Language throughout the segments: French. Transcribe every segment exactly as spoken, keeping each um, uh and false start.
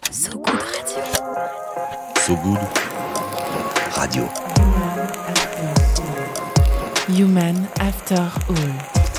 So Good Radio. So Good Radio. Human After All.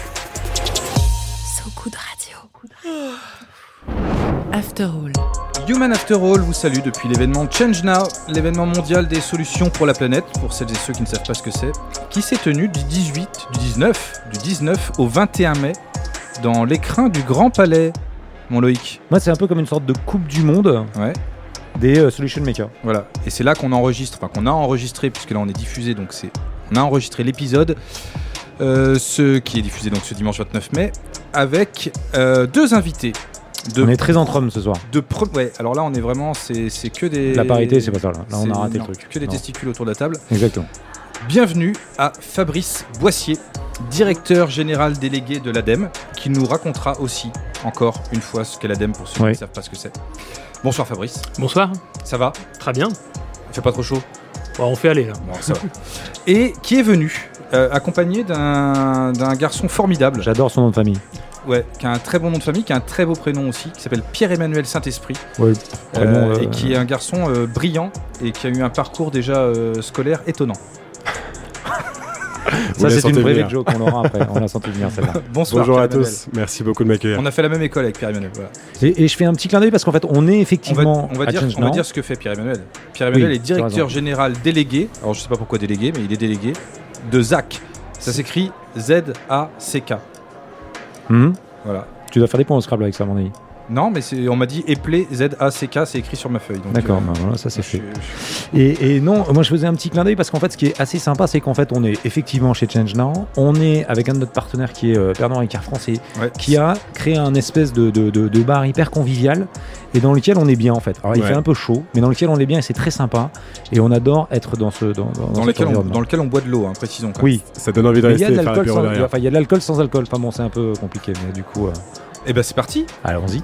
So Good Radio. After All. Human After All vous salue depuis l'événement Change Now, l'événement mondial des solutions pour la planète, pour celles et ceux qui ne savent pas ce que c'est, qui s'est tenu du dix-huit, du dix-neuf, du dix-neuf au vingt et un mai dans l'écrin du Grand Palais. Mon Loïc. Moi, c'est un peu comme une sorte de coupe du monde ouais. des euh, solution makers. Voilà, et c'est là qu'on enregistre, enfin qu'on a enregistré, puisque là on est diffusé, donc c'est, on a enregistré l'épisode, euh, ce qui est diffusé donc ce dimanche vingt-neuf mai, avec euh, deux invités. De, on est très entre hommes ce soir. De pre- ouais, alors là on est vraiment, c'est, c'est que des... La parité, c'est pas ça là. Là on a raté non, le truc. Que des non. testicules autour de la table. Exactement. Bienvenue à Fabrice Boissier, directeur général délégué de l'ADEME, qui nous racontera aussi, encore une fois, ce qu'est l'ADEME pour ceux oui. qui ne savent pas ce que c'est. Bonsoir Fabrice. Bonsoir. Ça va ? Très bien. Il fait pas trop chaud ? Bon, on fait aller là. Bon, ça va. Et qui est venu, euh, accompagné d'un, d'un garçon formidable. J'adore son nom de famille. Ouais, qui a un très bon nom de famille, qui a un très beau prénom aussi, qui s'appelle Pierre-Emmanuel Saint-Esprit. Ouais, prénom, euh, euh... Et qui est un garçon euh, brillant et qui a eu un parcours déjà euh, scolaire étonnant. Ça, c'est une vraie joke qu'on aura après. On l'a senti venir celle-là. Bonsoir. Bonjour à tous. Merci beaucoup de m'accueillir. On a fait la même école avec Pierre-Emmanuel. Voilà. Et, et je fais un petit clin d'œil parce qu'en fait, on est effectivement. On va, on va, dire, on va dire ce que fait Pierre-Emmanuel. Pierre-Emmanuel oui, est directeur général délégué. Alors, je sais pas pourquoi délégué, mais il est délégué de Z A C. Ça s'écrit Z A C K. Mmh. Voilà. Tu dois faire des points au Scrabble avec ça, à mon avis. Non, mais c'est, on m'a dit éplé Z A C K, c'est écrit sur ma feuille. Donc D'accord, euh, bah voilà, ça c'est fait. Je, je... Et, et non, moi je faisais un petit clin d'œil parce qu'en fait, ce qui est assez sympa, c'est qu'en fait, on est effectivement chez Change Now. On est avec un de notre partenaire qui est euh, Pernod Ricard français, ouais. qui a créé un espèce de, de, de, de bar hyper convivial et dans lequel on est bien en fait. Alors il ouais. fait un peu chaud, mais dans lequel on est bien et c'est très sympa. Et on adore être dans ce dans, dans, dans, lequel, on, dans lequel on boit de l'eau, hein, précisons. Quand oui, ça donne envie de rester. Il y a de faire l'alcool sans, derrière. enfin, il y a de l'alcool sans alcool. Enfin bon, c'est un peu compliqué, mais du coup. Euh... Eh ben c'est parti. Allons-y.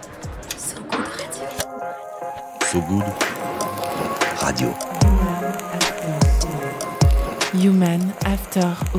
So Good Radio. Human After All.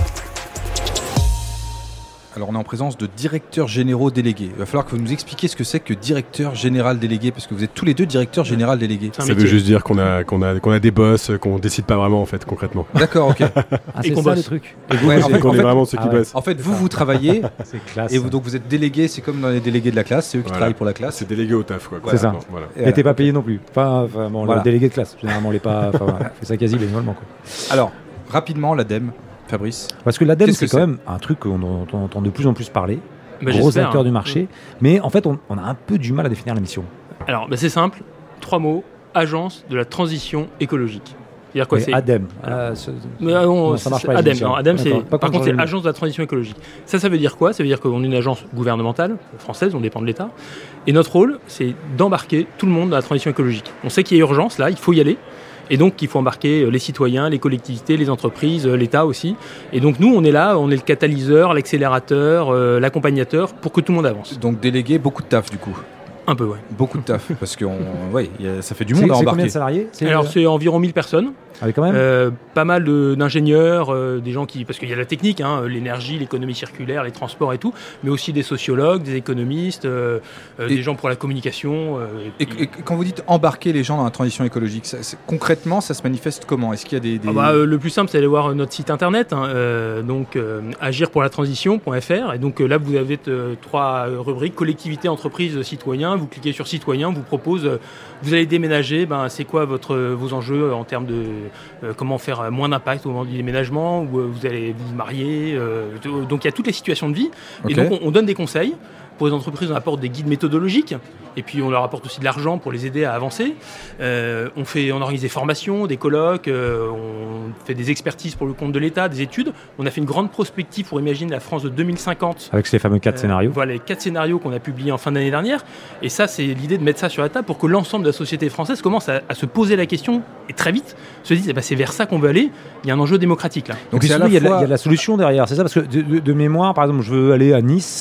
Alors on est en présence de directeurs généraux délégués. Il va falloir que vous nous expliquiez ce que c'est que directeur général délégué, parce que vous êtes tous les deux directeurs général délégués. Ça métier. Veut juste dire qu'on a, qu'on a, qu'on a des boss, qu'on décide pas vraiment en fait concrètement. D'accord, ok. Ah, c'est et qu'on ça bosse. Le truc. Et vous, ouais, en fait, qu'on en est fait, vraiment ceux qui ah ouais. bossent. En fait, vous vous travaillez. C'est classe. Et vous, donc vous êtes délégués, c'est comme dans les délégués de la classe, c'est eux qui voilà. travaillent pour la classe. C'est délégué au taf quoi. C'est ça. Voilà. Et, et t'es pas payé non plus. Enfin, enfin bon, voilà. Le délégué de classe. Généralement, on l'est pas. Enfin, voilà. fait ça quasi bénévolement quoi. Alors rapidement, l'ADEME. Fabrice. Parce que l'ADEME, Qu'est-ce c'est que quand c'est même un truc qu'on entend, entend de plus en plus parler. Bah, gros acteur hein. du marché. Mais en fait, on, on a un peu du mal à définir la mission. Alors, bah, c'est simple. Trois mots. Agence de la transition écologique. C'est-à-dire quoi, oui, c'est ADEME. Euh, ce... Mais, euh, non, non, ça marche pas. ADEME, non, ADEME c'est, pas par contre, c'est Agence de la transition écologique. Ça, ça veut dire quoi ? Ça veut dire qu'on est une agence gouvernementale, française, on dépend de l'État. Et notre rôle, c'est d'embarquer tout le monde dans la transition écologique. On sait qu'il y a urgence, là, il faut y aller. Et donc, il faut embarquer les citoyens, les collectivités, les entreprises, l'État aussi. Et donc, nous, on est là, on est le catalyseur, l'accélérateur, euh, l'accompagnateur pour que tout le monde avance. Donc, délégué, beaucoup de taf, du coup. Un peu, ouais. Beaucoup de taf, parce que ouais, ça fait du monde c'est, à embarquer. C'est combien de salariés ? c'est Alors, c'est environ mille personnes. Ah oui, quand même. Euh, pas mal de, d'ingénieurs, euh, des gens qui... Parce qu'il y a la technique, hein, l'énergie, l'économie circulaire, les transports et tout, mais aussi des sociologues, des économistes, euh, euh, des gens pour la communication. Euh, et, puis... et, et quand vous dites embarquer les gens dans la transition écologique, ça, concrètement, ça se manifeste comment ? Est-ce qu'il y a des... des... Ah bah, euh, le plus simple, c'est d'aller voir notre site internet, hein, euh, donc euh, agir pour la transition point f r. Et donc euh, là, vous avez euh, trois rubriques, collectivité, entreprise, citoyen. Vous cliquez sur citoyen, vous propose, euh, vous allez déménager, ben, c'est quoi votre, vos enjeux en termes de euh, comment faire moins d'impact au moment du déménagement, ou euh, vous allez vous marier. Euh, donc il y a toutes les situations de vie. Okay. Et donc on, on donne des conseils. Pour les entreprises, on apporte des guides méthodologiques et puis on leur apporte aussi de l'argent pour les aider à avancer. Euh, on, fait, on organise des formations, des colloques, euh, on fait des expertises pour le compte de l'État, des études. On a fait une grande prospective pour imaginer la France de deux mille cinquante. Avec ces fameux quatre euh, scénarios. Voilà, les quatre scénarios qu'on a publiés en fin d'année dernière. Et ça, c'est l'idée de mettre ça sur la table pour que l'ensemble de la société française commence à, à se poser la question et très vite se dise eh ben, c'est vers ça qu'on veut aller. Il y a un enjeu démocratique là. Donc il y, fois... y, y a de la solution derrière, c'est ça ? Parce que de, de, de mémoire, par exemple, je veux aller à Nice.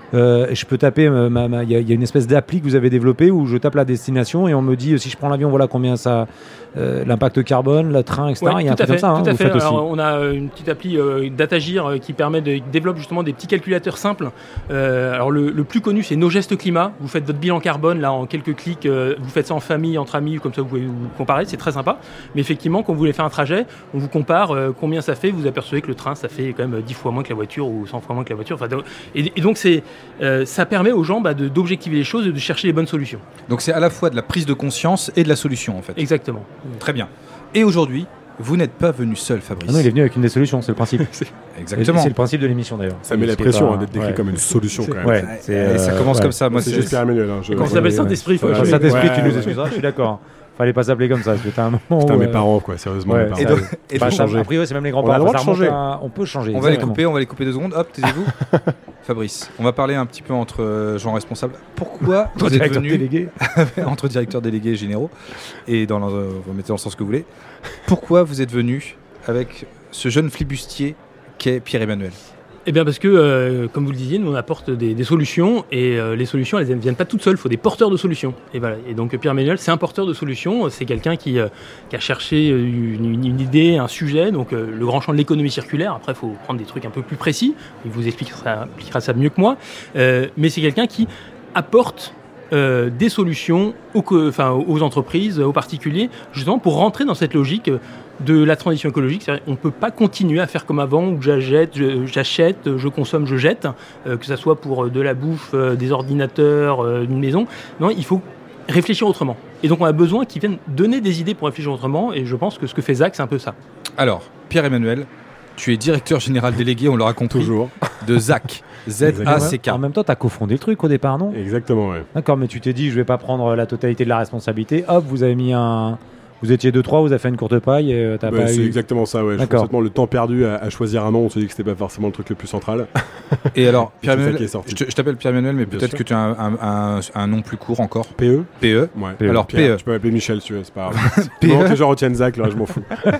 Euh, je peux taper, il ma, ma, y, a, y a une espèce d'appli que vous avez développée où je tape la destination et on me dit euh, si je prends l'avion, voilà combien ça, euh, l'impact carbone, le train, et cetera. Ouais, il y a un truc comme ça. Tout Hein, à vous fait. faites aussi. Alors, on a une petite appli euh, DataGir euh, qui permet de développer justement des petits calculateurs simples. Euh, alors le, le plus connu, c'est Nos Gestes Climat. Vous faites votre bilan carbone là en quelques clics. Euh, vous faites ça en famille, entre amis, comme ça vous pouvez vous comparer. C'est très sympa. Mais effectivement, quand vous voulez faire un trajet, on vous compare euh, combien ça fait. Vous apercevez que le train, ça fait quand même dix fois moins que la voiture ou cent fois moins que la voiture. Enfin, et, et donc c'est, euh, ça permet aux gens bah, de, d'objectiver les choses et de chercher les bonnes solutions. Donc c'est à la fois de la prise de conscience et de la solution en fait. Exactement. Très bien. Et aujourd'hui, vous n'êtes pas venu seul, Fabrice. Ah non, il est venu avec une des solutions, c'est le principe. Exactement. C'est le principe de l'émission d'ailleurs. Ça met la pression hein, d'être décrit ouais. comme une solution quand même. Ouais, c'est, et ça commence euh, comme ça. Moi, c'est, c'est juste Pierre-Emmanuel. Hein, Quand ça s'appelle Saint-Esprit, il faut. Saint-Esprit, tu nous excuseras, je suis d'accord. Fallait pas s'appeler comme ça, parce que t'as un moment. Putain, où, mes euh... parents, quoi, sérieusement. Ouais, mes parents. et donc, et bah, donc, ça, a priori, c'est même les grands-parents. On a le droit de changer. À... On peut changer. On va les couper, on va les couper deux secondes. Hop, taisez-vous. Fabrice, on va parler un petit peu entre gens responsables. Pourquoi vous êtes venu délégué entre directeurs délégués et généraux, et dans le, vous mettez dans le sens que vous voulez. Pourquoi vous êtes venu avec ce jeune flibustier qu'est Pierre-Emmanuel? Eh bien parce que, euh, comme vous le disiez, nous on apporte des, des solutions et euh, les solutions elles ne viennent pas toutes seules, il faut des porteurs de solutions. Et, voilà. Et donc Pierre-Emmanuel c'est un porteur de solutions, c'est quelqu'un qui, euh, qui a cherché une, une, une idée, un sujet, donc euh, le grand champ de l'économie circulaire. Après il faut prendre des trucs un peu plus précis, il vous expliquera, expliquera ça mieux que moi, euh, mais c'est quelqu'un qui apporte euh, des solutions aux, enfin, aux entreprises, aux particuliers, justement pour rentrer dans cette logique de la transition écologique. C'est-à-dire on ne peut pas continuer à faire comme avant, où j'achète, je, j'achète, je consomme, je jette, euh, que ce soit pour de la bouffe, euh, des ordinateurs, euh, une maison. Non, il faut réfléchir autrement. Et donc on a besoin qu'ils viennent donner des idées pour réfléchir autrement, et je pense que ce que fait Zach, c'est un peu ça. Alors, Pierre-Emmanuel, tu es directeur général délégué, on l'aura compris, toujours, de Zach. Z A C K. En même temps, tu as cofondé le truc au départ, non? Exactement, ouais. D'accord, mais tu t'es dit, je vais pas prendre la totalité de la responsabilité. Hop, vous avez mis un... Vous étiez deux trois, vous avez fait une courte paille et t'as bah, pas c'est eu... exactement ça, ouais. D'accord. Je pense le temps perdu à, à choisir un nom, on se dit que c'était pas forcément le truc le plus central. Et alors, Pierre-Emmanuel, je, je t'appelle Pierre-Emmanuel, mais Bien peut-être sûr. que tu as un, un, un, un nom plus court encore. P E P E. Ouais. P E. Alors, Pierre, P E. Tu peux m'appeler Michel si tu veux, c'est pas grave. P E. Non, que les gens retiennent Zach, là, je m'en fous.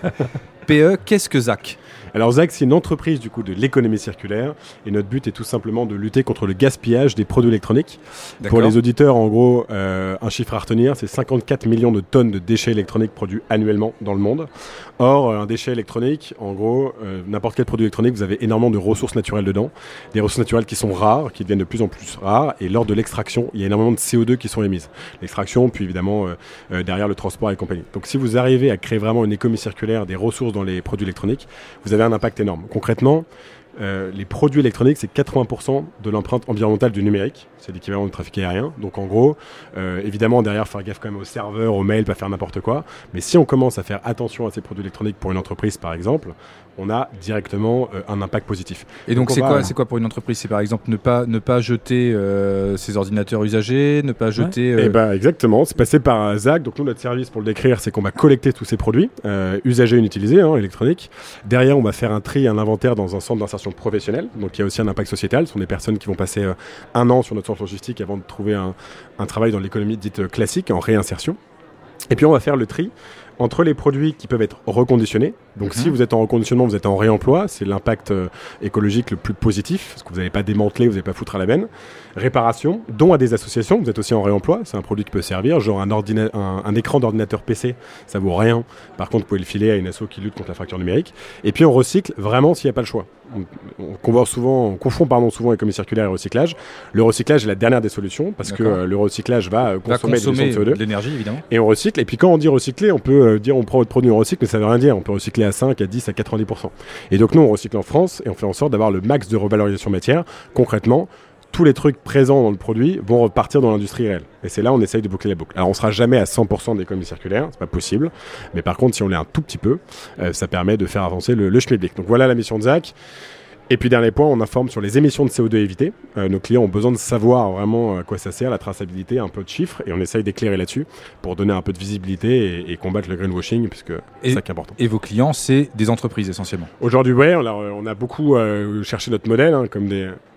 P E, qu'est-ce que Zach? Alors Zach, c'est une entreprise du coup de l'économie circulaire et notre but est tout simplement de lutter contre le gaspillage des produits électroniques. D'accord. Pour les auditeurs, en gros, euh, un chiffre à retenir, c'est cinquante-quatre millions de tonnes de déchets électroniques produits annuellement dans le monde. Or, un déchet électronique, en gros, euh, n'importe quel produit électronique, vous avez énormément de ressources naturelles dedans. Des ressources naturelles qui sont rares, qui deviennent de plus en plus rares, et lors de l'extraction, il y a énormément de C O deux qui sont émises. L'extraction, puis évidemment, euh, euh, derrière le transport et compagnie. Donc si vous arrivez à créer vraiment une économie circulaire des ressources dans les produits électroniques, vous avez un impact énorme. Concrètement, euh, les produits électroniques, c'est quatre-vingts pour cent de l'empreinte environnementale du numérique. C'est l'équivalent du trafic aérien. Donc en gros, euh, évidemment, derrière, faire gaffe quand même aux serveurs, aux mails, pas faire n'importe quoi. Mais si on commence à faire attention à ces produits électroniques pour une entreprise, par exemple, on a directement euh, un impact positif. Et donc, donc c'est, va, quoi, euh... c'est quoi pour une entreprise? C'est par exemple ne pas, ne pas jeter euh, ses ordinateurs usagés, ne pas jeter... Ouais. Euh... Eh ben, exactement, c'est passé par Zach. Donc nous, notre service, pour le décrire, c'est qu'on va collecter tous ces produits, euh, usagés et inutilisés, hein, électroniques. Derrière, on va faire un tri, un inventaire dans un centre d'insertion professionnelle. Donc il y a aussi un impact sociétal. Ce sont des personnes qui vont passer euh, un an sur notre centre logistique avant de trouver un, un travail dans l'économie dite euh, classique, en réinsertion. Et puis on va faire le tri entre les produits qui peuvent être reconditionnés. Donc mmh. si vous êtes en reconditionnement, vous êtes en réemploi, c'est l'impact euh, écologique le plus positif, parce que vous n'allez pas démanteler, vous n'allez pas foutre à la benne. Réparation, don à des associations, vous êtes aussi en réemploi, c'est un produit qui peut servir, genre un, ordina- un, un écran d'ordinateur P C, ça vaut rien. Par contre, vous pouvez le filer à une asso qui lutte contre la fracture numérique. Et puis on recycle vraiment s'il n'y a pas le choix. On, on, on, voit souvent, on confond pardon, souvent économie circulaire et recyclage. Le recyclage est la dernière des solutions, parce D'accord. que euh, le recyclage va euh, consommer, va consommer des C O deux. De l'énergie, évidemment. Et on recycle, et puis quand on dit recycler, on peut euh, dire on prend votre produit, on recycle, mais ça veut rien dire. On peut recycler à cinq, à dix, à quatre-vingt-dix pour cent. Et donc nous, on recycle en France, et on fait en sorte d'avoir le max de revalorisation matière. Concrètement, tous les trucs présents dans le produit vont repartir dans l'industrie réelle. Et c'est là où on essaye de boucler la boucle. Alors on ne sera jamais à cent pour cent d'économie circulaire, c'est pas possible. Mais par contre, si on l'est un tout petit peu, euh, ça permet de faire avancer le, le schmilblick. Donc voilà la mission de Zach. Et puis dernier point, on informe sur les émissions de C O deux évitées. Euh, nos clients ont besoin de savoir vraiment à quoi ça sert, la traçabilité, un peu de chiffres, et on essaye d'éclairer là-dessus pour donner un peu de visibilité et, et combattre le greenwashing, puisque c'est ça qui est important. Et vos clients, c'est des entreprises essentiellement? Aujourd'hui, ouais, on a, on a beaucoup euh, cherché notre modèle, hein, comme des...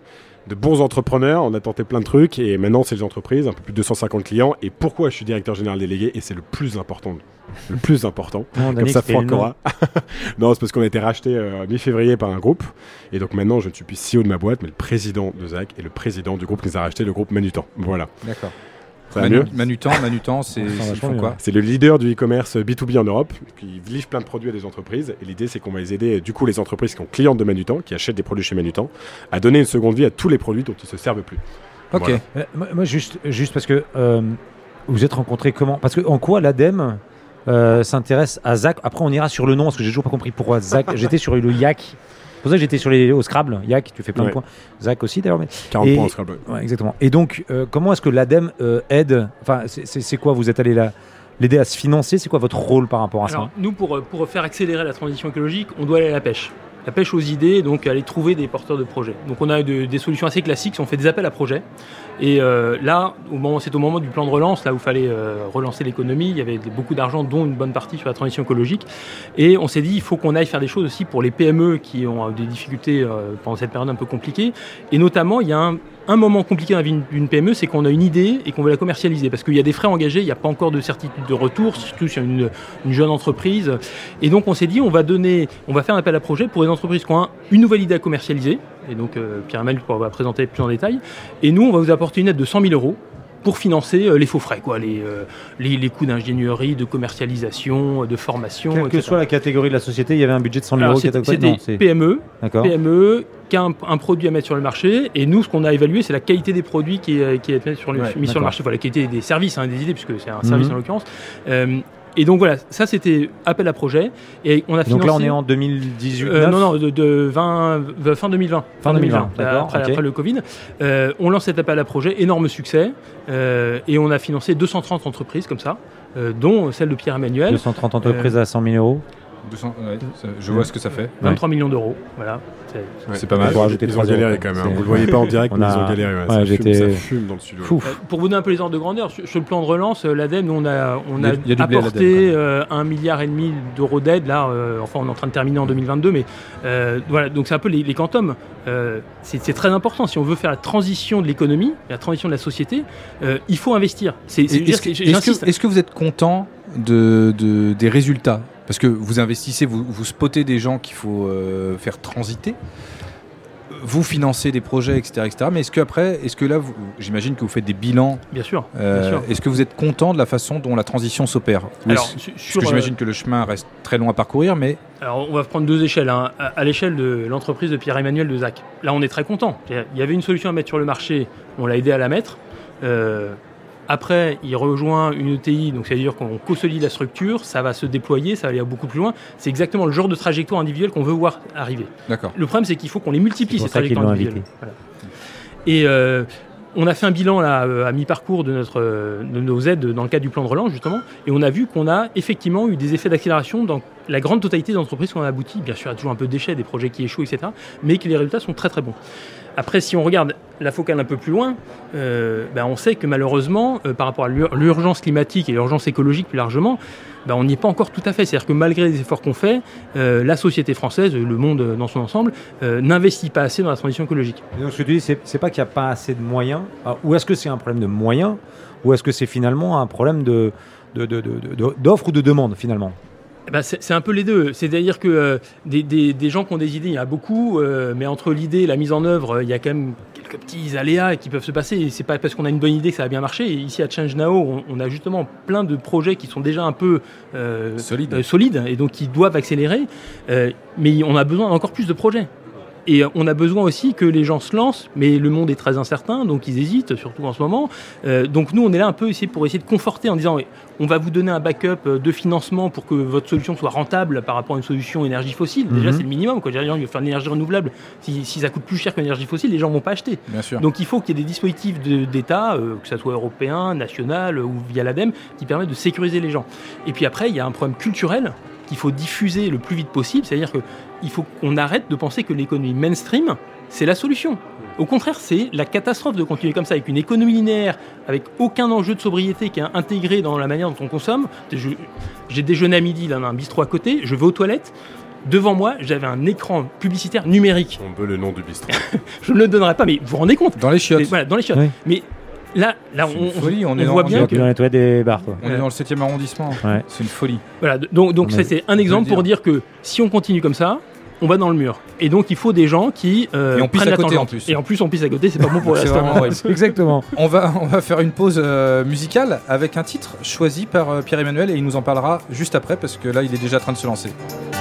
de bons entrepreneurs, on a tenté plein de trucs et maintenant c'est les entreprises, un peu plus de deux cent cinquante clients. Et pourquoi je suis directeur général délégué? Et c'est le plus important, le plus important. Non, Comme ça, Franck aura. Non, c'est parce qu'on a été racheté euh, mi-février par un groupe. Et donc maintenant, je ne suis plus C E O de ma boîte, mais le président de Zach et le président du groupe qui nous a racheté, le groupe Manutan. Voilà. D'accord. Ça va Manu, mieux Manutan, Manutan, c'est Ça va ils font mieux, quoi? ouais. C'est le leader du e-commerce B deux B en Europe, qui livre plein de produits à des entreprises. Et l'idée, c'est qu'on va les aider, du coup, les entreprises qui sont clientes de Manutan, qui achètent des produits chez Manutan, à donner une seconde vie à tous les produits dont ils ne se servent plus. Ok. Voilà. Euh, moi, moi, juste, juste parce que euh, vous vous êtes rencontrés comment? Parce que en quoi l'ADEME euh, s'intéresse à Zach? Après, on ira sur le nom, parce que j'ai toujours pas compris pourquoi Zach. J'étais sur le Yak. C'est pour ça que j'étais sur les, au Scrabble. Yak, tu fais plein Ouais. de points. Zach aussi, d'ailleurs. Mais... quarante Et- points en Scrabble. Ouais, exactement. Et donc, euh, comment est-ce que l'ADEME euh, aide? Enfin, c'est- c'est c'est quoi? Vous êtes allé là l'aider à se financer? C'est quoi votre rôle par rapport à Alors, ça? nous, pour, pour faire accélérer la transition écologique, on doit aller à la pêche. La pêche aux idées, donc aller trouver des porteurs de projets. Donc on a de- des solutions assez classiques, on fait des appels à projets. Et euh, là, au moment, c'est au moment du plan de relance, là où il fallait euh, relancer l'économie, il y avait des- beaucoup d'argent, dont une bonne partie sur la transition écologique. Et on s'est dit, il faut qu'on aille faire des choses aussi pour les P M E qui ont euh, des difficultés euh, pendant cette période un peu compliquée. Et notamment, il y a un, un moment compliqué dans la vie d'une- d'une P M E, c'est qu'on a une idée et qu'on veut la commercialiser. Parce qu'il y a des frais engagés, il n'y a pas encore de certitude de retour, surtout sur une, une jeune entreprise. Et donc on s'est dit, on va donner, on va faire un appel à projet pour les entreprises qui ont un- une nouvelle idée à commercialiser. Et donc euh, Pierre-Emmanuel va présenter plus en détail. Et nous, on va vous apporter une aide de cent mille euros pour financer euh, les faux frais, quoi, les, euh, les, les coûts d'ingénierie, de commercialisation, de formation, Quelle que et cetera. soit la catégorie de la société, il y avait un budget de cent mille Alors, euros qui c'est était c'est Non, des c'est- P M E, D'accord. P M E qui a un, un produit à mettre sur le marché. Et nous, ce qu'on a évalué, c'est la qualité des produits qui est, qui est mis sur le, Ouais, mis sur le d'accord. marché. Enfin, la qualité des services, hein, des idées, puisque c'est un service Mhm. en l'occurrence. Euh, et donc voilà, ça c'était appel à projet. Et on a Donc financé. là, on est en deux mille dix-huit. Euh, neuf non, non, de, de vingt, euh, fin deux mille vingt. Fin deux mille vingt, d'accord, Après, ok. après le Covid. Euh, on lance cet appel à projet, énorme succès. Euh, et on a financé deux cent trente entreprises comme ça, euh, dont celle de Pierre-Emmanuel. deux cent trente entreprises à cent mille euros. deux cents, ouais, ça- je vois ce que ça fait. vingt-trois millions d'euros. Voilà. C'est- C'est pas mal. Ils, Faut rajouter ils ont trois euros, galéré quoi. quand même. hein. C'est- Vous le voyez pas en direct, On mais a- ils ont galéré. Ouais. ouais, ça, fume, j'étais- ça fume dans le studio. Fou. Euh, Pour vous donner un peu les ordres de grandeur, sur, sur le plan de relance, euh, l'ADEME, nous, on a, on a, Il y a- il y a du blé à apporté l'ADEME, quand euh, un milliard et demi d'euros d'aide. Là, euh, enfin, on est en train de terminer en deux mille vingt-deux, mais euh, voilà. Donc c'est un peu les, les quantums. Euh, c'est c'est très important si on veut faire la transition de l'économie, la transition de la société. Euh, il faut investir. C'est, c'est, je veux dire, Est-ce que, c'est- est-ce j'insiste. que- est-ce que vous êtes content de, de- des résultats? Parce que vous investissez, vous, vous spottez des gens qu'il faut euh, faire transiter, vous financez des projets, et cetera, et cetera. Mais est-ce que après, est-ce que là, vous- j'imagine que vous faites des bilans. Bien sûr. euh, bien sûr. Est-ce que vous êtes content de la façon dont la transition s'opère? Ou Alors, est-ce- su- parce sur, que euh, j'imagine que le chemin reste très long à parcourir, mais Alors, on va prendre deux échelles. Hein. À, à l'échelle de l'entreprise de Pierre-Emmanuel de Zach. Là, on est très content. Il y avait une solution à mettre sur le marché, on l'a aidé à la mettre. Euh, après, il rejoint une E T I, donc c'est-à-dire qu'on consolide la structure, ça va se déployer, ça va aller beaucoup plus loin. C'est exactement le genre de trajectoire individuelle qu'on veut voir arriver. d'accord. Le problème, c'est qu'il faut qu'on les multiplie, C'est ces pour ça qu'ils trajectoires l'ont individuelles. invité. Voilà. Et euh, on a fait un bilan là, euh, à mi-parcours de, notre, euh, de nos aides dans le cadre du plan de relance, justement, et on a vu qu'on a effectivement eu des effets d'accélération dans la grande totalité des entreprises qu'on a abouties. Bien sûr, il y a toujours un peu de déchets, des projets qui échouent, et cetera, mais que les résultats sont très très bons. Après, si on regarde la focale un peu plus loin, euh, ben, on sait que malheureusement, euh, par rapport à l'ur- l'urgence climatique et l'urgence écologique plus largement, ben, on n'y est pas encore tout à fait. C'est-à-dire que malgré les efforts qu'on fait, euh, la société française, le monde euh, dans son ensemble, euh, n'investit pas assez dans la transition écologique. Et donc, ce que tu dis, c'est, c'est pas qu'il n'y a pas assez de moyens. Alors, ou est-ce que c'est un problème de moyens, ou est-ce que c'est finalement un problème de, de, de, de- de- d'offre ou de demande, finalement? Eh ben, c'est c'est un peu les deux. C'est-à-dire que euh, des, des- des gens qui ont des idées, il y en a beaucoup, euh, mais entre l'idée et la mise en œuvre, euh, il y a quand même quelques petits aléas qui peuvent se passer. Et c'est pas parce qu'on a une bonne idée que ça va bien marcher. Et ici à Change Now, on, on a justement plein de projets qui sont déjà un peu euh, Solide. euh, solides et donc qui doivent accélérer. Euh, mais on a besoin d'encore plus de projets. Et on a besoin aussi que les gens se lancent, mais le monde est très incertain, donc ils hésitent, surtout en ce moment. Euh, donc nous, on est là un peu essayer, pour essayer de conforter en disant oui, on va vous donner un backup de financement pour que votre solution soit rentable par rapport à une solution énergie fossile. Déjà, Mhm. c'est le minimum. Quoi. Les gens, ils veulent faire de l'énergie renouvelable. Si, si ça coûte plus cher que l'énergie fossile, les gens ne vont pas acheter. Bien sûr. Donc il faut qu'il y ait des dispositifs de- d'État, euh, que ce soit européen, national euh, ou via l'ADEME, qui permettent de sécuriser les gens. Et puis après, il y a un problème culturel qu'il faut diffuser le plus vite possible, c'est-à-dire qu'il faut qu'on arrête de penser que l'économie mainstream, c'est la solution. Au contraire, c'est la catastrophe de continuer comme ça, avec une économie linéaire, avec aucun enjeu de sobriété qui est intégré dans la manière dont on consomme. Je- J'ai déjeuné à midi dans un bistrot à côté, je vais aux toilettes, Devant moi, j'avais un écran publicitaire numérique. On veut le nom du bistrot. Je ne le donnerai pas, mais vous vous rendez compte? Dans les chiottes. Et voilà, dans les chiottes. Oui. Mais là, là C'est on, une folie, on est dans- voit on bien est que... Dans les toilettes des bars, quoi. On est dans le septième arrondissement. Ouais. C'est une folie. Voilà, donc, donc On ça a- c'est un exemple le pour dire que si on continue comme ça, on va dans le mur. Et donc il faut des gens qui euh, Et on pisse prennent à la côté, tangente. en plus. Et en plus on pisse à côté, c'est pas bon pour le C'est restaurant. vraiment horrible. Exactement. On va, on va faire une pause euh, musicale avec un titre choisi par euh, Pierre-Emmanuel et il nous en parlera juste après parce que là il est déjà en train de se lancer.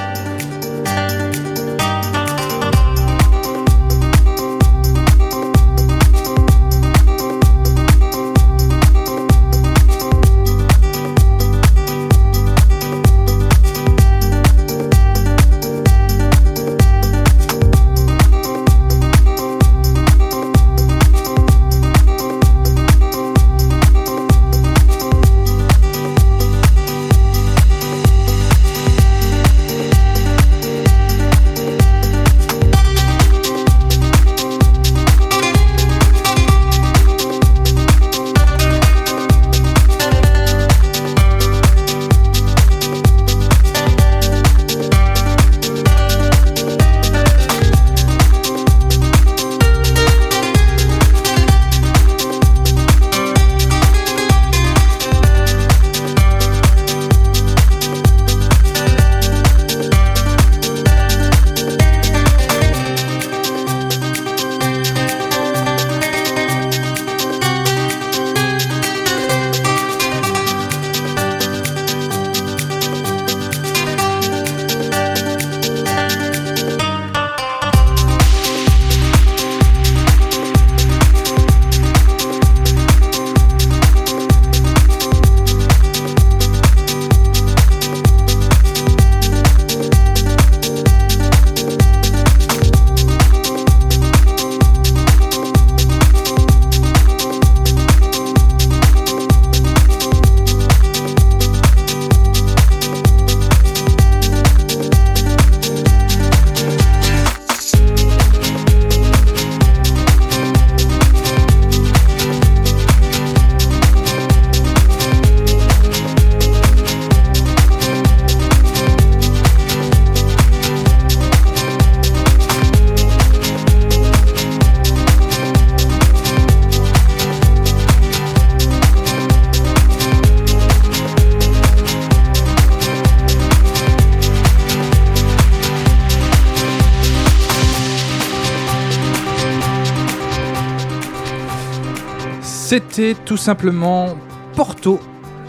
C'était tout simplement Porto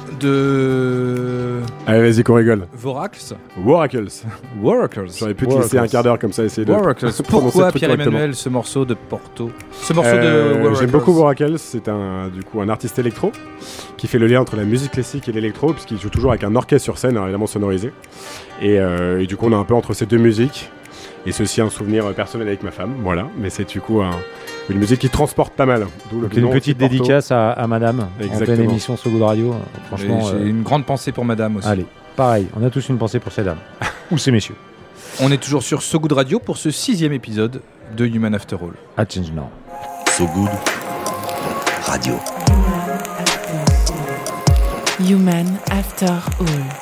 de Allez, vas-y qu'on rigole. Voracles. Waracles. Waracles. J'aurais pu te laisser un quart d'heure comme ça, essayer de Waracles. prononcer Pourquoi le truc Pierre-Emmanuel ce morceau de Porto Ce morceau Euh, de Waracles. J'aime beaucoup Waracles, c'est un, du coup un artiste électro qui fait le lien entre la musique classique et l'électro, puisqu'il joue toujours avec un orchestre sur scène, alors évidemment sonorisé. Et, euh, et du coup, on est un peu entre ces deux musiques. Et ceci un souvenir personnel avec ma femme, voilà. Mais c'est du coup un, une musique qui transporte pas mal. D'où le Donc, une nom petite aussi, Porto. dédicace à, à madame en Exactement. pleine émission So Good Radio. Franchement, J'ai euh, une grande pensée pour madame aussi. allez, pareil, on a tous une pensée pour ces dames. Ou ces messieurs. On est toujours sur So Good Radio pour ce sixième épisode de Human After All. À Change Now. So Good Radio. Human After All.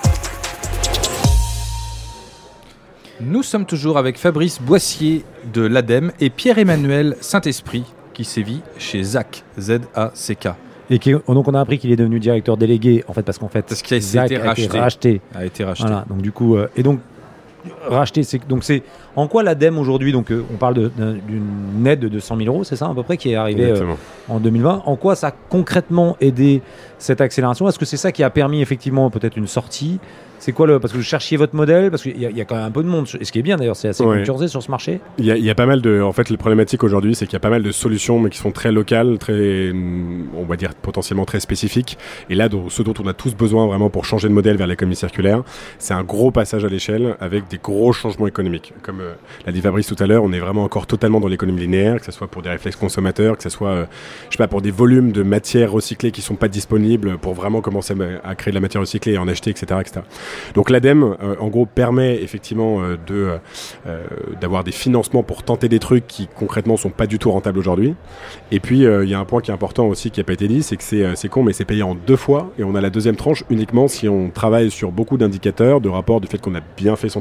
Nous sommes toujours avec Fabrice Boissier de l'Ademe et Pierre-Emmanuel Saint-Esprit qui sévit chez Z A C, Z A C K. Et qui, donc on a appris qu'il est devenu directeur délégué, en fait, parce qu'en fait, Parce qu'il a Z A C été a racheté. été racheté. A été racheté. Voilà, donc du coup, euh, et donc racheter, c'est donc c'est en quoi l'Ademe aujourd'hui, donc euh, on parle de- d'un- d'une aide de deux cent mille euros, c'est ça à peu près qui est arrivée euh, Exactement. en deux mille vingt. En quoi ça a concrètement aidé cette accélération? Est-ce que c'est ça qui a permis effectivement peut-être une sortie? C'est quoi le parce que vous cherchiez votre modèle parce qu'il y, a- il y a quand même un peu de monde, et ce qui est bien d'ailleurs, c'est assez Ouais. concurrencé sur ce marché. Il y, a, il y a pas mal de. En fait, la problématique aujourd'hui, c'est qu'il y a pas mal de solutions, mais qui sont très locales, très, hum, on va dire potentiellement très spécifiques. Et là, dont- ce dont on a tous besoin vraiment pour changer de modèle vers l'économie circulaire, c'est un gros passage à l'échelle avec des gros changements économiques. Comme euh, l'a dit Fabrice tout à l'heure, on est vraiment encore totalement dans l'économie linéaire, que ce soit pour des réflexes consommateurs, que ce soit, euh, je sais pas, pour des volumes de matières recyclées qui sont pas disponibles pour vraiment commencer à, à créer de la matière recyclée et en acheter, et cetera, et cetera. Donc l'Ademe, euh, en gros, permet effectivement euh, de euh, d'avoir des financements pour tenter des trucs qui concrètement sont pas du tout rentables aujourd'hui. Et puis euh, il y a un point qui est important aussi qui a pas été dit, c'est que c'est euh, c'est con, mais c'est payé en deux fois et on a la deuxième tranche uniquement si on travaille sur beaucoup d'indicateurs, de rapports du fait qu'on a bien fait son travail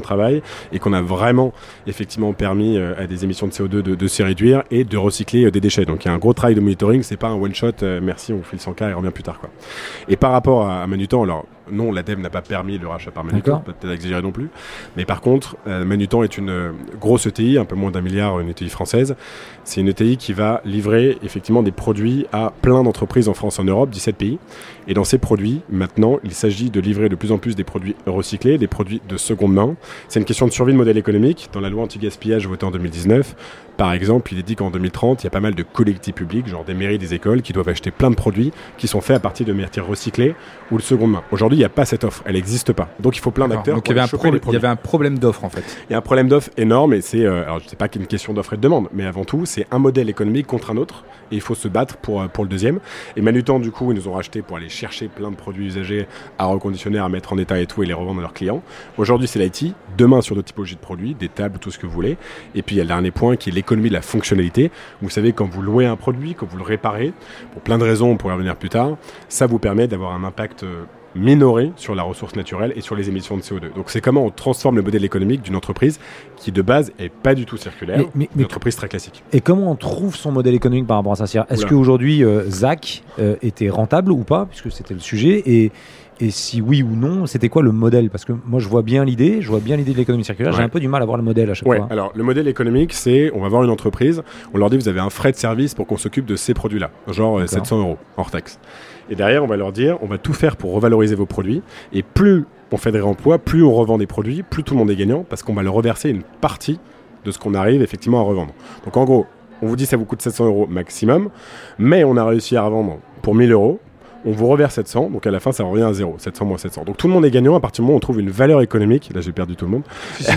et qu'on a vraiment effectivement permis euh, à des émissions de C O deux de, de se réduire et de recycler euh, des déchets. Donc il y a un gros travail de monitoring, c'est pas un one shot, euh, merci, on vous file cent K et revient plus tard, quoi. Et par rapport à, à Manutan, alors non, l'ADEME n'a pas permis le rachat par Manutan, peut-être exagérer non plus, mais par contre, euh, Manutan est une euh, grosse E T I, un peu moins d'un milliard, une E T I française. C'est une E T I qui va livrer effectivement des produits à plein d'entreprises en France, en Europe, dix-sept pays. Et dans ces produits, maintenant, il s'agit de livrer de plus en plus des produits recyclés, des produits de seconde main. C'est une question de survie de modèle économique. Dans la loi anti-gaspillage votée en deux mille dix-neuf, par exemple, il est dit qu'en deux mille trente, il y a pas mal de collectivités publiques, genre des mairies, des écoles, qui doivent acheter plein de produits qui sont faits à partir de matières recyclées ou de seconde main. Aujourd'hui, il n'y a pas cette offre, elle n'existe pas. Donc il faut plein d'acteurs. Donc il y, avait un pro- il y avait un problème d'offre en fait. Il y a un problème d'offre énorme et c'est, euh, alors je ne sais pas qu'il y a une question d'offre et de demande, mais avant tout, c'est un modèle économique contre un autre et il faut se battre pour, pour le deuxième. Et Manutan, du coup, ils nous ont racheté pour aller chercher plein de produits usagés à reconditionner, à mettre en état et tout et les revendre à leurs clients. Aujourd'hui, c'est l'I T, demain sur d'autres typologies de produits, des tables, tout ce que vous voulez. Et puis il y a le dernier point qui est l'économie de la fonctionnalité. Vous savez, quand vous louez un produit, quand vous le réparez, pour plein de raisons, on pourrait revenir plus tard, ça vous permet d'avoir un impact euh, minoré sur la ressource naturelle et sur les émissions de C O deux. Donc c'est comment on transforme le modèle économique d'une entreprise qui de base est pas du tout circulaire, mais, mais, une entreprise très classique. Et comment on trouve son modèle économique par rapport à ça? C'est-à-dire, est-ce qu'aujourd'hui euh, Zach euh, était rentable ou pas, puisque c'était le sujet, et Et si oui ou non, c'était quoi le modèle? Parce que moi, je vois bien l'idée, je vois bien l'idée de l'économie circulaire. Ouais. J'ai un peu du mal à voir le modèle à chaque ouais. fois. Alors, le modèle économique, c'est, on va voir une entreprise, on leur dit, vous avez un frais de service pour qu'on s'occupe de ces produits-là, genre D'accord. sept cents euros hors taxe. Et derrière, on va leur dire, on va tout faire pour revaloriser vos produits. Et plus on fait des réemplois, plus on revend des produits, plus tout le monde est gagnant, parce qu'on va leur reverser une partie de ce qu'on arrive effectivement à revendre. Donc, en gros, on vous dit, ça vous coûte sept cents euros maximum, mais on a réussi à revendre pour mille euros. On vous reverse sept cents, donc à la fin ça revient à zéro, sept cents moins sept cents. Donc tout le monde est gagnant à partir du moment où on trouve une valeur économique. Là j'ai perdu tout le monde.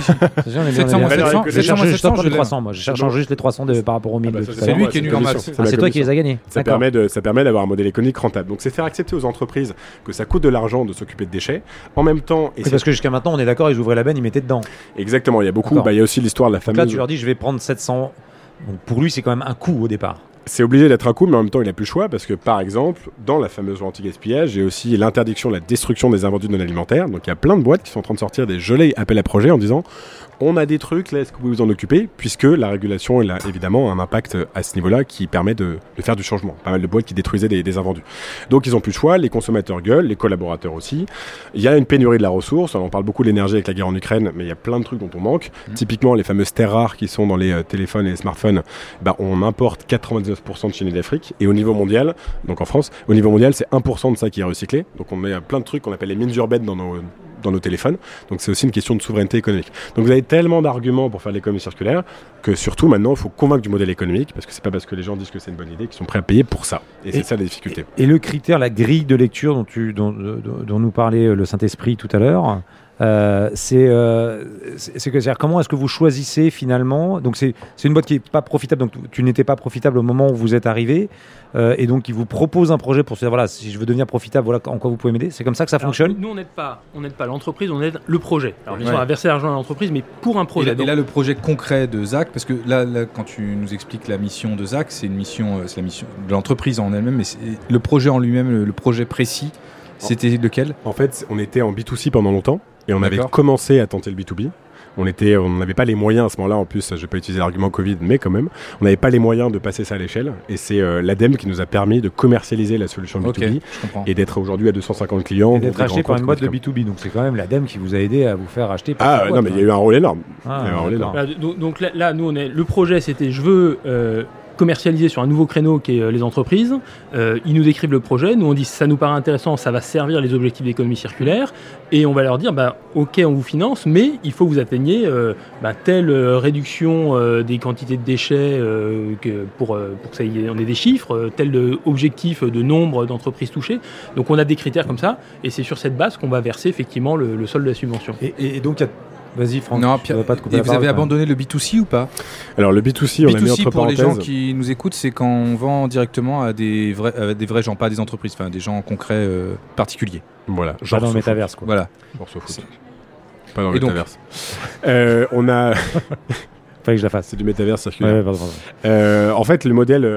sept cents moins sept cents, je cherche juste les trois cents, moi je cherche juste les trois cents de, par rapport aux mille. Ah bah ça, c'est lui qui est nul en maths. Ah, c'est toi qui les as gagnés. Ça permet, de, ça permet d'avoir un modèle économique rentable. Donc c'est faire accepter aux entreprises que ça coûte de l'argent de s'occuper de déchets. En même temps... Et oui, parce que jusqu'à maintenant on est d'accord, ils ouvraient la benne, ils mettaient dedans. Exactement, il y a beaucoup. Bah, il y a aussi l'histoire de la fameuse... Là tu leur dis je vais prendre sept cents. Donc pour lui c'est quand même un coût au départ. C'est obligé d'être un coût, mais en même temps, il n'a plus le choix parce que, par exemple, dans la fameuse loi anti-gaspillage, il y a aussi l'interdiction de la destruction des invendus non alimentaires. Donc, il y a plein de boîtes qui sont en train de sortir des gelés appels à projets en disant on a des trucs, là, est-ce que vous pouvez vous en occuper? Puisque la régulation, elle a évidemment un impact à ce niveau-là qui permet de, de faire du changement. Pas mal de boîtes qui détruisaient des, des invendus. Donc, ils n'ont plus le choix. Les consommateurs gueulent, les collaborateurs aussi. Il y a une pénurie de la ressource. On parle beaucoup de l'énergie avec la guerre en Ukraine, mais il y a plein de trucs dont on manque. Mmh. Typiquement, les fameuses terres rares qui sont dans les euh, téléphones et les smartphones, bah, on importe quatre-vingt-dix-neuf pour cent de Chine et d'Afrique. Et au niveau mondial, donc en France, au niveau mondial, c'est un pour cent de ça qui est recyclé. Donc, on a plein de trucs qu'on appelle les mines urbaines dans nos dans nos téléphones. Donc c'est aussi une question de souveraineté économique. Donc vous avez tellement d'arguments pour faire l'économie circulaire que surtout maintenant il faut convaincre du modèle économique parce que c'est pas parce que les gens disent que c'est une bonne idée qu'ils sont prêts à payer pour ça. Et, et c'est ça la difficulté. Et, et le critère, la grille de lecture dont, tu, dont, dont, dont nous parlait le Saint-Esprit tout à l'heure, Euh, c'est, euh, c'est, c'est que c'est-à-dire comment est-ce que vous choisissez finalement, donc c'est, c'est une boîte qui est pas profitable, donc tu, tu n'étais pas profitable au moment où vous êtes arrivé, euh, et donc ils vous proposent un projet pour se dire voilà, si je veux devenir profitable, voilà en quoi vous pouvez m'aider. C'est comme ça que ça Alors, fonctionne. Nous on n'aide pas, on n'aide pas l'entreprise, on aide le projet. Alors bien sûr, on va verser l'argent à l'entreprise, mais pour un projet. Et là, donc... et là le projet concret de Zach, parce que là, là quand tu nous expliques la mission de Zach, c'est une mission, c'est la mission de l'entreprise en elle-même, mais c'est le projet en lui-même, le, le projet précis, c'était lequel? En fait, on était en B deux C pendant longtemps. Et on D'accord. avait commencé à tenter le B deux B. On était, on n'avait pas les moyens à ce moment-là. En plus, je vais pas utiliser l'argument Covid, mais quand même, on n'avait pas les moyens de passer ça à l'échelle. Et c'est euh, l'ADEME qui nous a permis de commercialiser la solution okay, B deux B et d'être aujourd'hui à deux cent cinquante clients. Et d'être acheté par une boîte de B deux B. Donc c'est quand même l'ADEME qui vous a aidé à vous faire acheter. Par ah non, mais il y a eu un rôle énorme. Ah, il y a eu un rôle énorme. Là, donc, donc là, là, nous, on est, le projet, c'était je veux. Euh, commercialiser sur un nouveau créneau qui est euh, les entreprises. Euh, ils nous écrivent le projet, nous on dit ça nous paraît intéressant, ça va servir les objectifs d'économie circulaire, et on va leur dire bah, ok on vous finance, mais il faut que vous atteigniez euh, bah, telle euh, réduction euh, des quantités de déchets euh, que pour, euh, pour que ça y ait, on ait des chiffres, euh, tel euh, objectif de nombre d'entreprises touchées. Donc on a des critères comme ça, et c'est sur cette base qu'on va verser effectivement le, le solde de la subvention. Et, et, et donc il y a Vas-y Franck, non, Pierre, pas te couper et la vous parole, avez abandonné le B deux C ou pas? Alors le B deux C, on B deux C a mis entre pour parenthèses. Les gens qui nous écoutent, c'est quand on vend directement à des vrais, à des vrais gens, pas à des entreprises, enfin des gens concrets euh, particuliers. Voilà. Genre dans le métaverse quoi. Voilà. Genre se fout. Pas dans le et métaverse. euh, on a... Fallait que je la fasse. C'est du métaverse circulaire. Ouais, pardon, pardon. Euh, en fait, le modèle euh,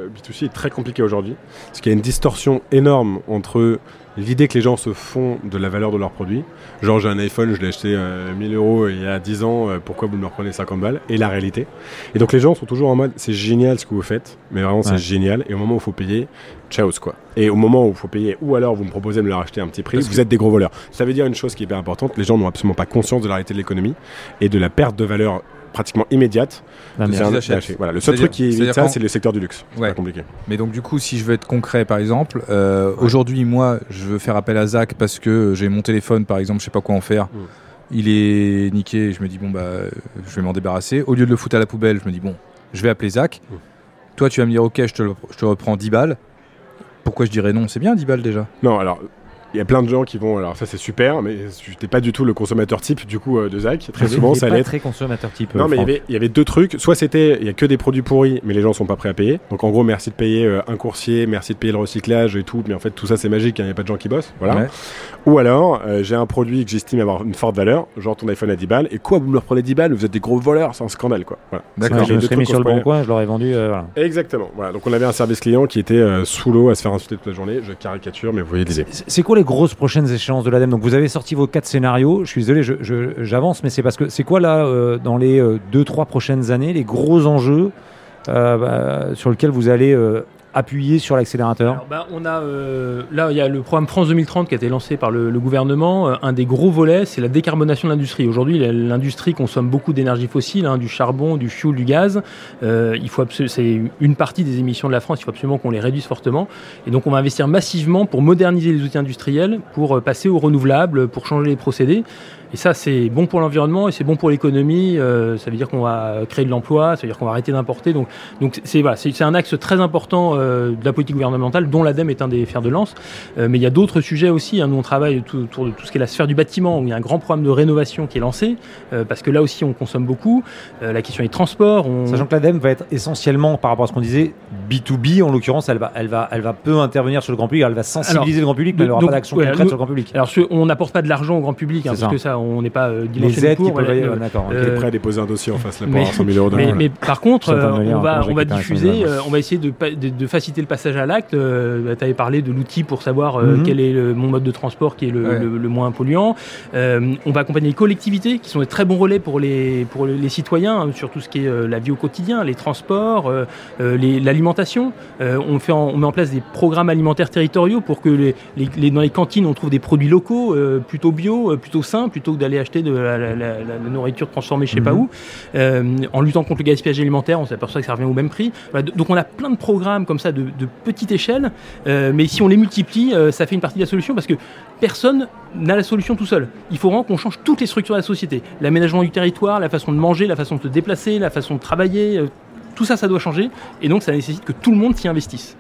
B deux C est très compliqué aujourd'hui, parce qu'il y a une distorsion énorme entre l'idée que les gens se font de la valeur de leurs produits, genre j'ai un iPhone, je l'ai acheté euh, mille euros il y a dix ans, euh, pourquoi vous me reprenez cinquante balles, et la réalité. Et donc les gens sont toujours en mode, c'est génial ce que vous faites, mais vraiment c'est ouais. génial, et au moment où il faut payer, ciao quoi. Et au moment où il faut payer, ou alors vous me proposez de me le racheter à un petit prix, Parce vous que... êtes des gros voleurs. Ça veut dire une chose qui est hyper importante, les gens n'ont absolument pas conscience de la réalité de l'économie, et de la perte de valeur pratiquement immédiate. Non, mais un... voilà, le seul truc qui évite ça, quand... c'est le secteur du luxe. C'est ouais. pas compliqué. Mais donc du coup, si je veux être concret, par exemple, euh, ouais. aujourd'hui, moi, je veux faire appel à Zach parce que j'ai mon téléphone, par exemple, je sais pas quoi en faire. Mm. Il est niqué. Je me dis bon bah, je vais m'en débarrasser. Au lieu de le foutre à la poubelle, je me dis bon, je vais appeler Zach. Mm. Toi, tu vas me dire ok, je te, le, je te reprends dix balles. Pourquoi je dirais non? C'est bien dix balles déjà. Non, alors. Il y a plein de gens qui vont, alors ça c'est super, mais je n'étais pas du tout le consommateur type du coup euh, de Zach. Très mais souvent ça allait être très consommateur type. Non euh, mais il y avait il y avait deux trucs. Soit c'était il y a que des produits pourris, mais les gens sont pas prêts à payer. Donc en gros merci de payer euh, un coursier, merci de payer le recyclage et tout, mais en fait tout ça c'est magique, il hein, n'y a pas de gens qui bossent, voilà. Ouais. Ou alors euh, j'ai un produit que j'estime avoir une forte valeur, genre ton iPhone à dix balles, et quoi vous me le reprenez dix balles, vous êtes des gros voleurs, c'est un scandale quoi. Voilà. D'accord. Je me serais mis sur le bon coin, je l'aurais vendu. Euh, voilà. Exactement. Voilà. Donc on avait un service client qui était euh, sous l'eau à se faire insulter toute la journée. Je caricature, mais vous voyez l'idée. C'est, c'est quoi les grosses prochaines échéances de l'ADEME? Donc vous avez sorti vos quatre scénarios. Je suis désolé, je, je, j'avance, mais c'est parce que c'est quoi là euh, dans les euh, deux trois prochaines années les gros enjeux euh, bah, sur lesquels vous allez euh, appuyer sur l'accélérateur? Alors, bah, on a euh, là il y a le programme France deux mille trente qui a été lancé par le, le gouvernement. Euh, un des gros volets, c'est la décarbonation de l'industrie. Aujourd'hui, l'industrie consomme beaucoup d'énergie fossile, hein, du charbon, du fioul, du gaz. Euh, il faut absolu- c'est une partie des émissions de la France. Il faut absolument qu'on les réduise fortement. Et donc, on va investir massivement pour moderniser les outils industriels, pour passer aux renouvelables, pour changer les procédés. Et ça, c'est bon pour l'environnement et c'est bon pour l'économie. Euh, ça veut dire qu'on va créer de l'emploi, ça veut dire qu'on va arrêter d'importer. Donc, donc c'est, voilà, c'est, c'est un axe très important euh, de la politique gouvernementale, dont l'ADEME est un des fers de lance. Euh, mais il y a d'autres sujets aussi. Hein. Nous, on travaille tout, autour de tout ce qui est la sphère du bâtiment, où il y a un grand programme de rénovation qui est lancé, euh, parce que là aussi, on consomme beaucoup. Euh, la question des transports. On... Sachant que l'ADEME va être essentiellement, par rapport à ce qu'on disait, B deux B, en l'occurrence, elle va, elle va, elle va peu intervenir sur le grand public. Elle va sensibiliser alors, le grand public, mais elle n'aura pas d'action ouais, concrète nous, sur le grand public. Alors, on n'apporte pas de l'argent au grand public, hein, parce ça. que ça, on n'est pas euh, les aides qui peuvent voilà, euh, d'accord. Euh, qui est prêt à déposer un dossier en face là pour avoir cent mille euros de mais, mais par contre, euh, on va, on va diffuser, euh, on va essayer de, de, de faciliter le passage à l'acte. Euh, tu avais parlé de l'outil pour savoir euh, mm-hmm. quel est le, mon mode de transport qui est le, ouais. le, le moins polluant. Euh, on va accompagner les collectivités qui sont des très bons relais pour les, pour les citoyens, hein, sur tout ce qui est euh, la vie au quotidien, les transports, euh, les, l'alimentation. Euh, on, fait en, on met en place des programmes alimentaires territoriaux pour que les, les, les, dans les cantines, on trouve des produits locaux, euh, plutôt bio, euh, plutôt sains, plutôt que d'aller acheter de la, la, la, la nourriture transformée je sais mmh. pas où. Euh, en luttant contre le gaspillage alimentaire, on s'aperçoit que ça revient au même prix. Voilà, donc on a plein de programmes comme ça de, de petite échelle, euh, mais si on les multiplie, euh, ça fait une partie de la solution parce que personne n'a la solution tout seul. Il faut vraiment qu'on change toutes les structures de la société. L'aménagement du territoire, la façon de manger, la façon de se déplacer, la façon de travailler, euh, tout ça, ça doit changer. Et donc ça nécessite que tout le monde s'y investisse.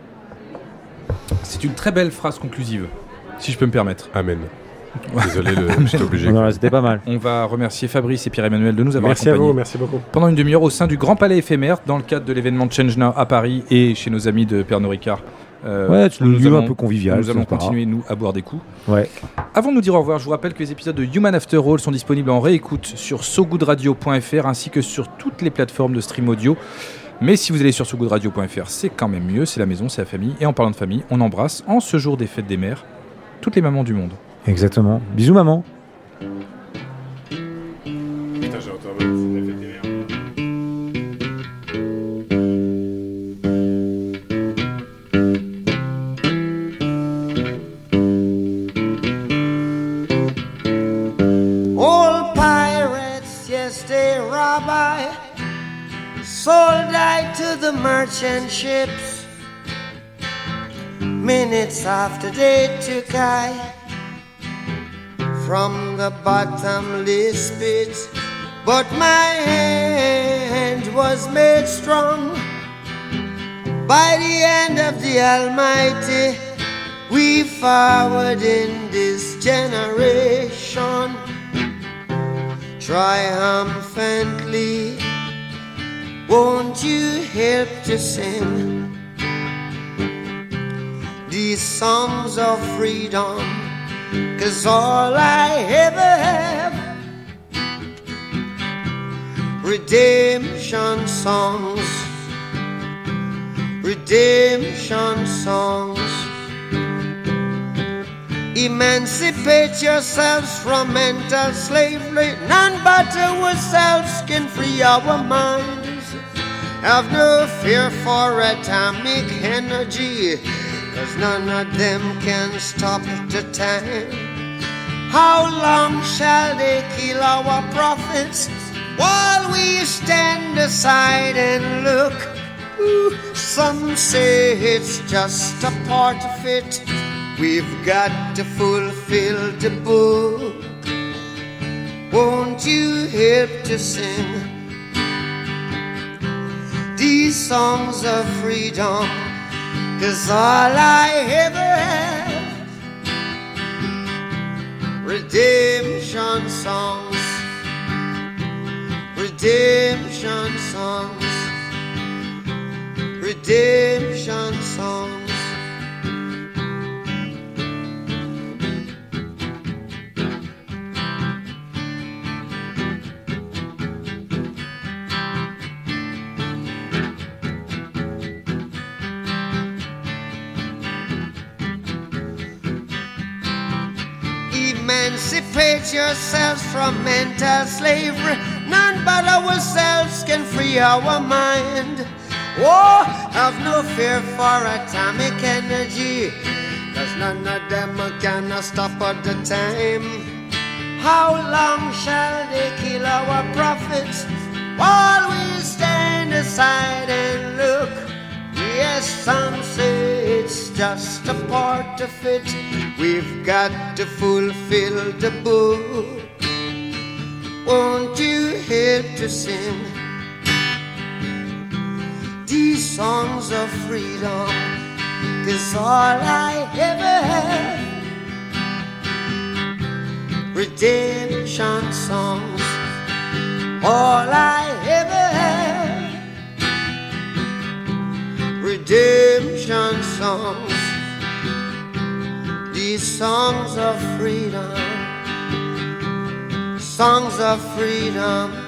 C'est une très belle phrase conclusive, si je peux me permettre. Amen. Désolé, le... j'étais obligé. Non, c'était pas mal. On va remercier Fabrice et Pierre-Emmanuel de nous avoir merci accompagnés. À vous, merci beaucoup. Pendant une demi-heure au sein du Grand Palais éphémère, dans le cadre de l'événement Change Now à Paris et chez nos amis de Pernod Ricard. Euh, ouais, c'est un lieu un peu convivial. Nous allons continuer, nous, à boire des coups. Ouais. Avant de nous dire au revoir, je vous rappelle que les épisodes de Human After All sont disponibles en réécoute sur so good radio point f r ainsi que sur toutes les plateformes de stream audio. Mais si vous allez sur so good radio point f r, c'est quand même mieux, c'est la maison, c'est la famille. Et en parlant de famille, on embrasse, en ce jour des fêtes des mères, toutes les mamans du monde. Exactement. Bisous maman. Putain, j'ai entendu, c'est la fête des mères. Old pirates, yes, they rob I, sold I to the merchant ships. Minutes after they took I from the bottomless pit, but my hand was made strong by the hand of the Almighty. We forward in this generation triumphantly. Won't you help to sing these songs of freedom? 'Cause all I ever have, redemption songs, redemption songs. Emancipate yourselves from mental slavery. None but ourselves can free our minds. Have no fear for atomic energy, 'cause none of them can stop the time. How long shall they kill our prophets while we stand aside and look? Ooh, some say it's just a part of it. We've got to fulfill the book. Won't you help to sing these songs of freedom? 'Cause all I ever have, redemption songs, redemption songs, redemption songs. Emancipate yourselves from mental slavery. None but ourselves can free our mind. Oh, have no fear for atomic energy, 'cause none of them can stop at the time. How long shall they kill our prophets while we stand aside and look? Yes, some say it's just a part of it. We've got to fulfill the book. Won't you help to sing these songs of freedom? 'Cause all I ever have, redemption songs. All I ever have, redemption songs. These songs of freedom, songs of freedom.